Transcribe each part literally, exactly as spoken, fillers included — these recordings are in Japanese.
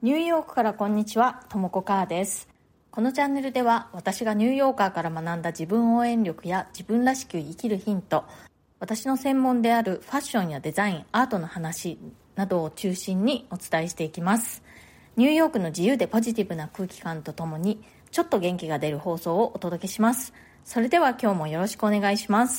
ニューヨークからこんにちは、ともこかーです。このチャンネルでは私がニューヨーカーから学んだ自分応援力や自分らしく生きるヒント、私の専門であるファッションやデザイン、アートの話などを中心にお伝えしていきます。ニューヨークの自由でポジティブな空気感とともにちょっと元気が出る放送をお届けします。それでは今日もよろしくお願いします。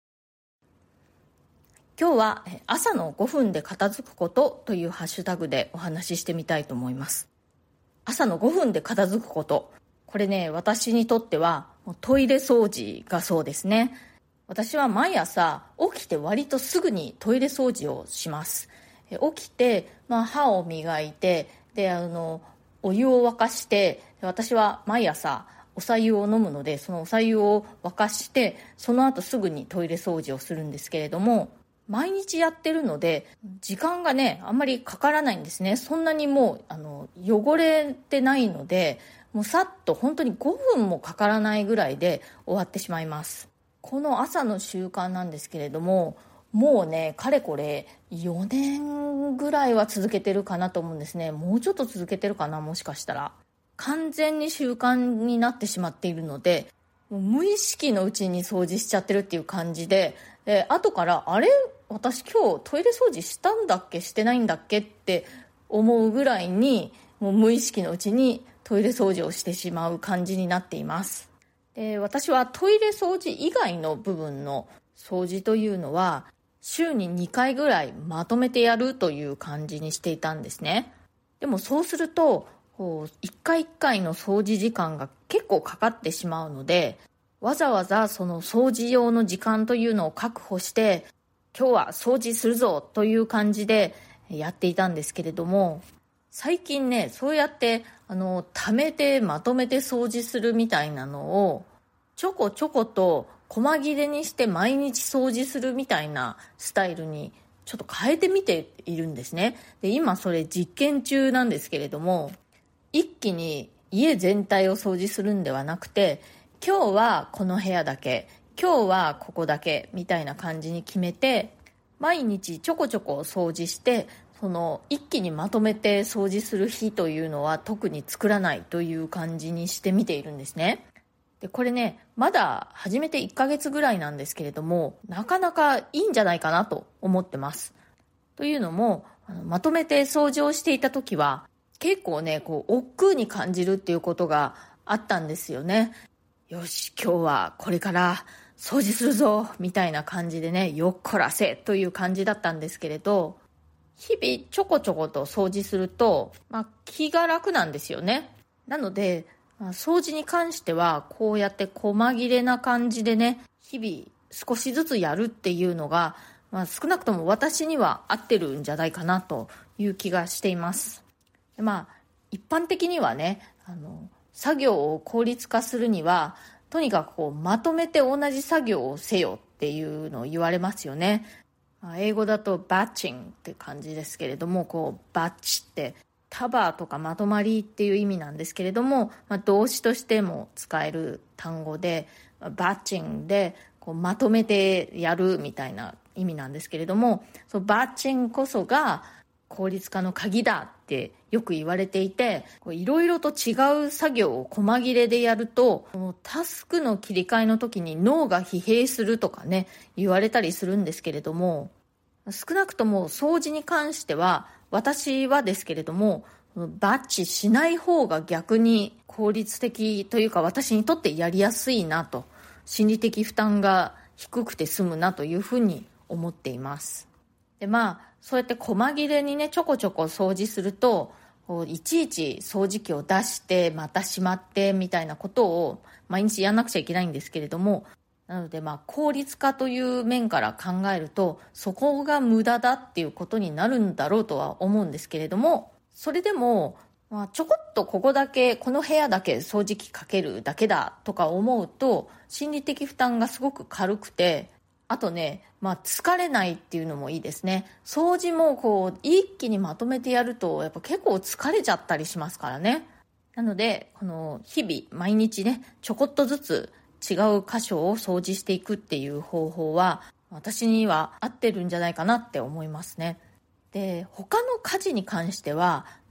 今日は朝のごふんで片付くことというハッシュタグでお話ししてみたいと思います。朝のごふんで片付くこと、これね、私にとってはトイレ掃除がそうですね。私は毎朝起きて割とすぐにトイレ掃除をします。起きて、まあ、歯を磨いて、であのお湯を沸かして、私は毎朝お白湯を飲むので、そのお白湯を沸かして、その後すぐにトイレ掃除をするんですけれども、毎日やってるので時間がねあんまりかからないんですね。そんなにもうあの汚れてないので、もうさっと本当にごふんもかからないぐらいで終わってしまいます。この朝の習慣なんですけれども、もうねかれこれよねんぐらいは続けてるかなと思うんですね。もうちょっと続けてるかな、もしかしたら。完全に習慣になってしまっているので、もう無意識のうちに掃除しちゃってるっていう感じで、で後からあれ私今日トイレ掃除したんだっけしてないんだっけって思うぐらいに、もう無意識のうちにトイレ掃除をしてしまう感じになっています。で私はトイレ掃除以外の部分の掃除というのは週ににかいぐらいまとめてやるという感じにしていたんですね。でもそうするとこう一回一回の掃除時間が結構かかってしまうので、わざわざその掃除用の時間というのを確保して、今日は掃除するぞという感じでやっていたんですけれども、最近ねそうやってあの貯めてまとめて掃除するみたいなのをちょこちょこと細切れにして毎日掃除するみたいなスタイルにちょっと変えてみているんですね。で今それ実験中なんですけれども、一気に家全体を掃除するんではなくて、今日はこの部屋だけ、今日はここだけみたいな感じに決めて、毎日ちょこちょこ掃除して、その一気にまとめて掃除する日というのは特に作らないという感じにしてみているんですね。でこれねまだ始めていっかげつぐらいなんですけれども、なかなかいいんじゃないかなと思ってます。というのも、まとめて掃除をしていた時は結構ねこう億劫に感じるっていうことがあったんですよね。よし今日はこれから掃除するぞみたいな感じでね、よっこらせという感じだったんですけれど、日々ちょこちょこと掃除すると、まあ、気が楽なんですよね。なので、まあ、掃除に関してはこうやって細切れな感じでね、日々少しずつやるっていうのが、まあ、少なくとも私には合ってるんじゃないかなという気がしています。でまあ一般的にはね、あの作業を効率化するにはとにかくこうまとめて同じ作業をせよっていうのを言われますよね。英語だとバッチングって感じですけれども、こうバッチって束とかまとまりっていう意味なんですけれども、まあ、動詞としても使える単語で、バッチングでこうまとめてやるみたいな意味なんですけれども、そのバッチングこそが効率化の鍵だってよく言われていて、いろいろと違う作業を細切れでやるとタスクの切り替えの時に脳が疲弊するとかね言われたりするんですけれども、少なくとも掃除に関しては私はですけれども、バッチしない方が逆に効率的というか私にとってやりやすいなと、心理的負担が低くて済むなというふうに思っています。でまあそうやって細切れにねちょこちょこ掃除すると、いちいち掃除機を出してまたしまってみたいなことを毎日やんなくちゃいけないんですけれども、なのでまあ効率化という面から考えるとそこが無駄だっていうことになるんだろうとは思うんですけれども、それでもまあちょこっとここだけこの部屋だけ掃除機かけるだけだとか思うと心理的負担がすごく軽くて、あとね、まあ、疲れないっていうのもいいですね。掃除もこう一気にまとめてやるとやっぱ結構疲れちゃったりしますからね。なのでこの日々毎日ねちょこっとずつ違う箇所を掃除していくっていう方法は私には合ってるんじゃないかなって思いますね。で他の家事に関しては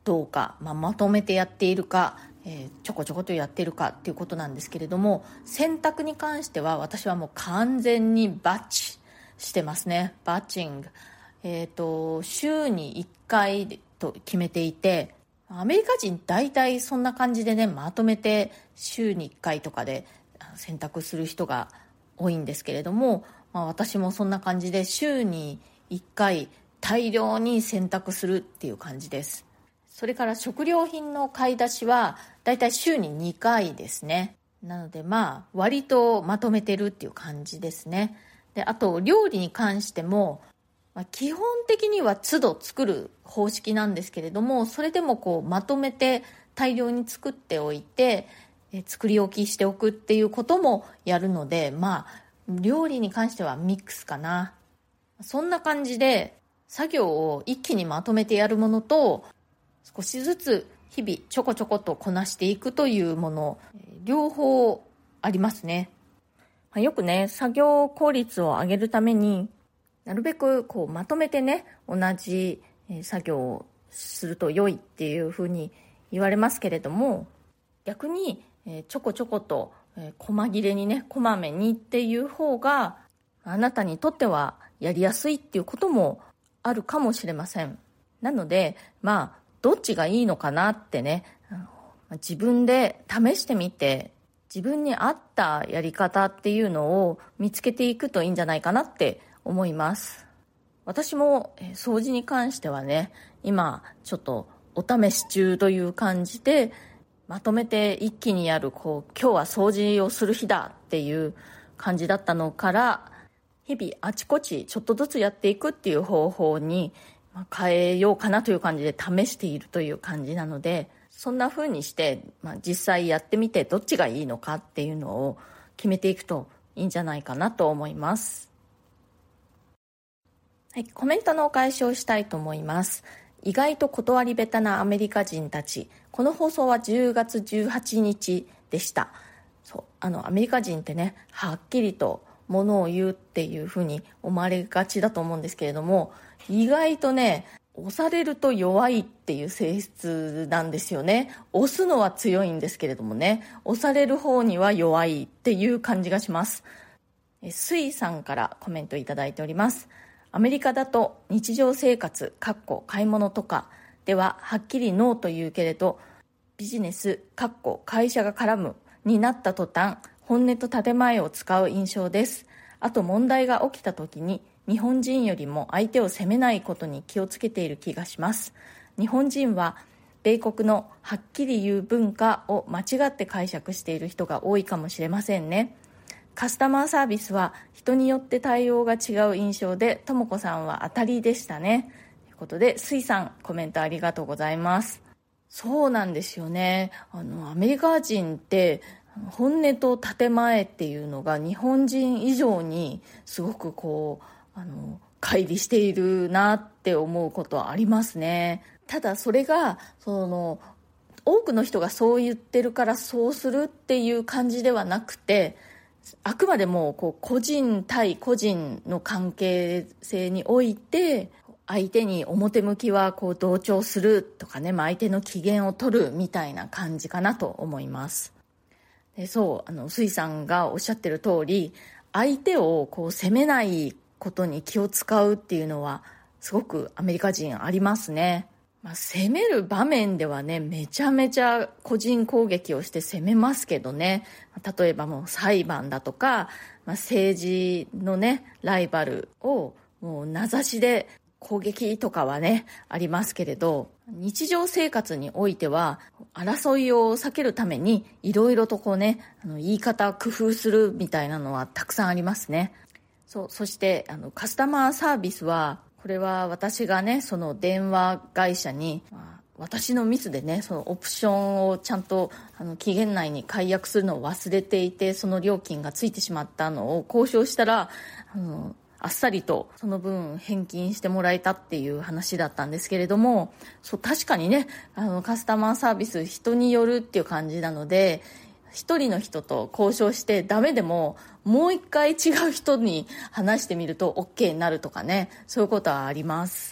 どうか、まあ、まとめてやっているか、えー、ちょこちょことやっているかっていうことなんですけれども、洗濯に関しては私はもう完全にバッチしてますね。バッチング、えーと、週にいっかいと決めていて、アメリカ人大体そんな感じでね、まとめて週にいっかいとかで洗濯する人が多いんですけれども、まあ、私もそんな感じで週にいっかい大量に洗濯するっていう感じです。それから食料品の買い出しはだいたい週ににかいですね。なのでまあ割とまとめてるっていう感じですね。で、あと料理に関しても、まあ、基本的には都度作る方式なんですけれども、それでもこうまとめて大量に作っておいてえ作り置きしておくっていうこともやるので、まあ料理に関してはミックスかな。そんな感じで作業を一気にまとめてやるものと、少しずつ日々ちょこちょことこなしていくというもの、両方ありますね。よくね、作業効率を上げるためになるべくこうまとめてね、同じ作業をすると良いっていうふうに言われますけれども、逆にちょこちょこと細切れにね、こまめにっていう方があなたにとってはやりやすいっていうこともあるかもしれません。なのでまあどっちがいいのかなってね、自分で試してみて、自分に合ったやり方っていうのを見つけていくといいんじゃないかなって思います。私も掃除に関してはね、今ちょっとお試し中という感じで、まとめて一気にやる、こう今日は掃除をする日だっていう感じだったのから、日々あちこちちょっとずつやっていくっていう方法に変えようかなという感じで試しているという感じなので、そんな風にして、まあ、実際やってみてどっちがいいのかっていうのを決めていくといいんじゃないかなと思います。はい、コメントのお返しをしたいと思います。意外と断り下手なアメリカ人たち。この放送はじゅうがつじゅうはちにちでした。そう、あのアメリカ人ってね、はっきりとものを言うっていうふうに思われがちだと思うんですけれども、意外とね、押されると弱いっていう性質なんですよね。押すのは強いんですけれどもね、押される方には弱いっていう感じがします。スイさんからコメントいただいております。アメリカだと日常生活（買い物とか）でははっきりノーと言うけれど、ビジネス（会社が絡む）になった途端、本音と建前を使う印象です。あと問題が起きた時に日本人よりも相手を責めないことに気をつけている気がします。日本人は米国のはっきり言う文化を間違って解釈している人が多いかもしれませんね。カスタマーサービスは人によって対応が違う印象で、ともこさんは当たりでしたね。ということで、スイさんコメントありがとうございます。そうなんですよね。あのアメリカ人って本音と建前っていうのが日本人以上にすごくこうあの乖離しているなって思うことはありますね。ただそれがその多くの人がそう言ってるからそうするっていう感じではなくて、あくまでもこう個人対個人の関係性において相手に表向きはこう同調するとかね、まあ、相手の機嫌を取るみたいな感じかなと思います。で、そうあのスイさんがおっしゃってる通り、相手をこう責めないことに気を使うっていうのはすごくアメリカ人ありますね。まあ、攻める場面ではね、めちゃめちゃ個人攻撃をして攻めますけどね。例えばもう裁判だとか、まあ、政治のねライバルをもう名指しで攻撃とかはねありますけれど、日常生活においては争いを避けるためにいろいろとこうね、あの言い方工夫するみたいなのはたくさんありますね。そう、そしてあのカスタマーサービスは、これは私がねその電話会社に、まあ、私のミスでねそのオプションをちゃんとあの期限内に解約するのを忘れていて、その料金がついてしまったのを交渉したら、あのあっさりとその分返金してもらえたっていう話だったんですけれども、そう確かにねあのカスタマーサービス人によるっていう感じなので、一人の人と交渉してダメでももう一回違う人に話してみると OK になるとかね、そういうことはあります。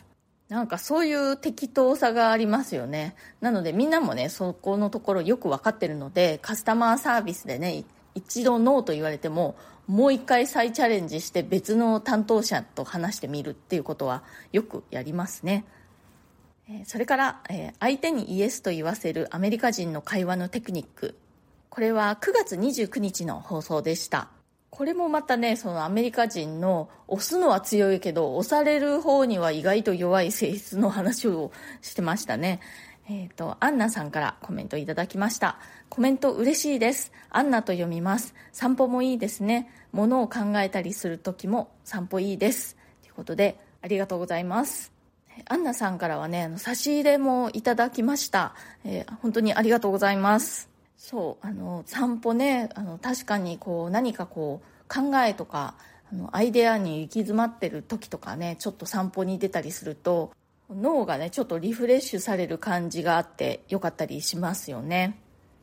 なんかそういう適当さがありますよね。なのでみんなもね、そこのところよく分かってるので、カスタマーサービスでね、一度ノーと言われてももう一回再チャレンジして別の担当者と話してみるっていうことはよくやりますね。それから、相手にイエスと言わせるアメリカ人の会話のテクニック。これはくがつにじゅうくにちの放送でした。これもまたね、そのアメリカ人の押すのは強いけど押される方には意外と弱い性質の話をしてましたね。えっと、アンナさんからコメントいただきました。コメント嬉しいです。アンナと読みます。散歩もいいですね。物を考えたりするときも散歩いいです。ということで、ありがとうございます。アンナさんからはね、あの差し入れもいただきました。えー、本当にありがとうございます。そう、あの散歩ね、あの確かにこう何かこう考えとかあのアイデアに行き詰まってる時とかね、ちょっと散歩に出たりすると脳がねちょっとリフレッシュされる感じがあってよかったりしますよね。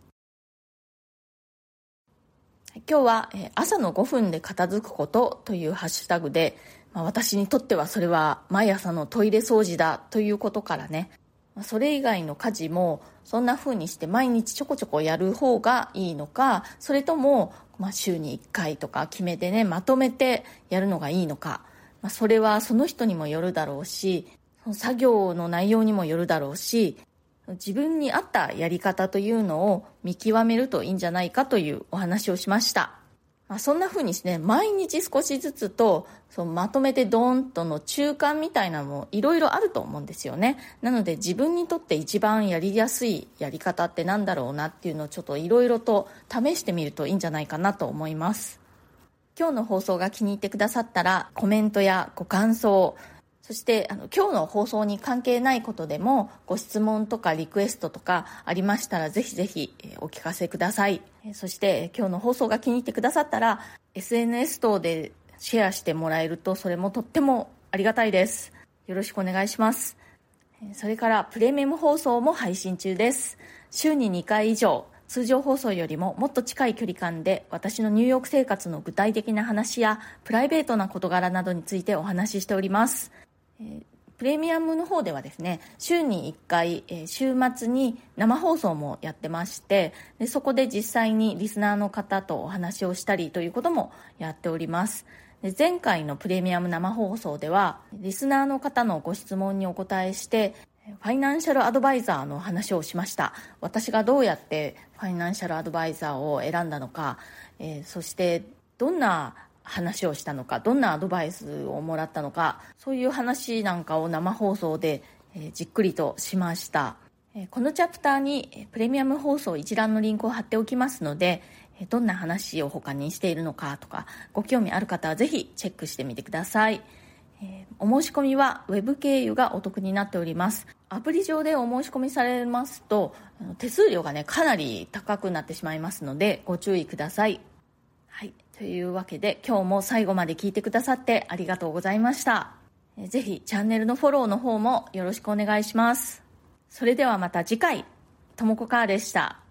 今日は、えー、朝のごふんで片付くことというハッシュタグで、まあ、私にとってはそれは毎朝のトイレ掃除だということからね、それ以外の家事もそんな風にして毎日ちょこちょこやる方がいいのか、それとも、まあ、週にいっかいとか決めてねまとめてやるのがいいのか、まあ、それはその人にもよるだろうし、その作業の内容にもよるだろうし、自分に合ったやり方というのを見極めるといいんじゃないかというお話をしました。まあ、そんな風にしてね、毎日少しずつとそのまとめてドーンとの中間みたいなのもいろいろあると思うんですよね。なので自分にとって一番やりやすいやり方ってなんだろうなっていうのをちょっといろいろと試してみるといいんじゃないかなと思います。今日の放送が気に入ってくださったらコメントやご感想、そしてあの今日の放送に関係ないことでもご質問とかリクエストとかありましたらぜひぜひお聞かせください。そして今日の放送が気に入ってくださったら エスエヌエス 等でシェアしてもらえるとそれもとってもありがたいです。よろしくお願いします。それからプレミアム放送も配信中です。週ににかい以上、通常放送よりももっと近い距離感で私のニューヨーク生活の具体的な話やプライベートな事柄などについてお話ししております。プレミアムの方ではですね、週にいっかい、えー、週末に生放送もやってまして、でそこで実際にリスナーの方とお話をしたりということもやっております。で前回のプレミアム生放送ではリスナーの方のご質問にお答えしてファイナンシャルアドバイザーの話をしました。私がどうやってファイナンシャルアドバイザーを選んだのか、えー、そしてどんな話をしたのか、どんなアドバイスをもらったのか、そういう話なんかを生放送で、えー、じっくりとしました。えー、このチャプターにプレミアム放送一覧のリンクを貼っておきますので、えー、どんな話を他にしているのかとかご興味ある方はぜひチェックしてみてください。えー、お申し込みはウェブ経由がお得になっております。アプリ上でお申し込みされますと手数料がねかなり高くなってしまいますのでご注意ください。はい、というわけで今日も最後まで聞いてくださってありがとうございました。ぜひチャンネルのフォローの方もよろしくお願いします。それではまた次回、ともこかーでした。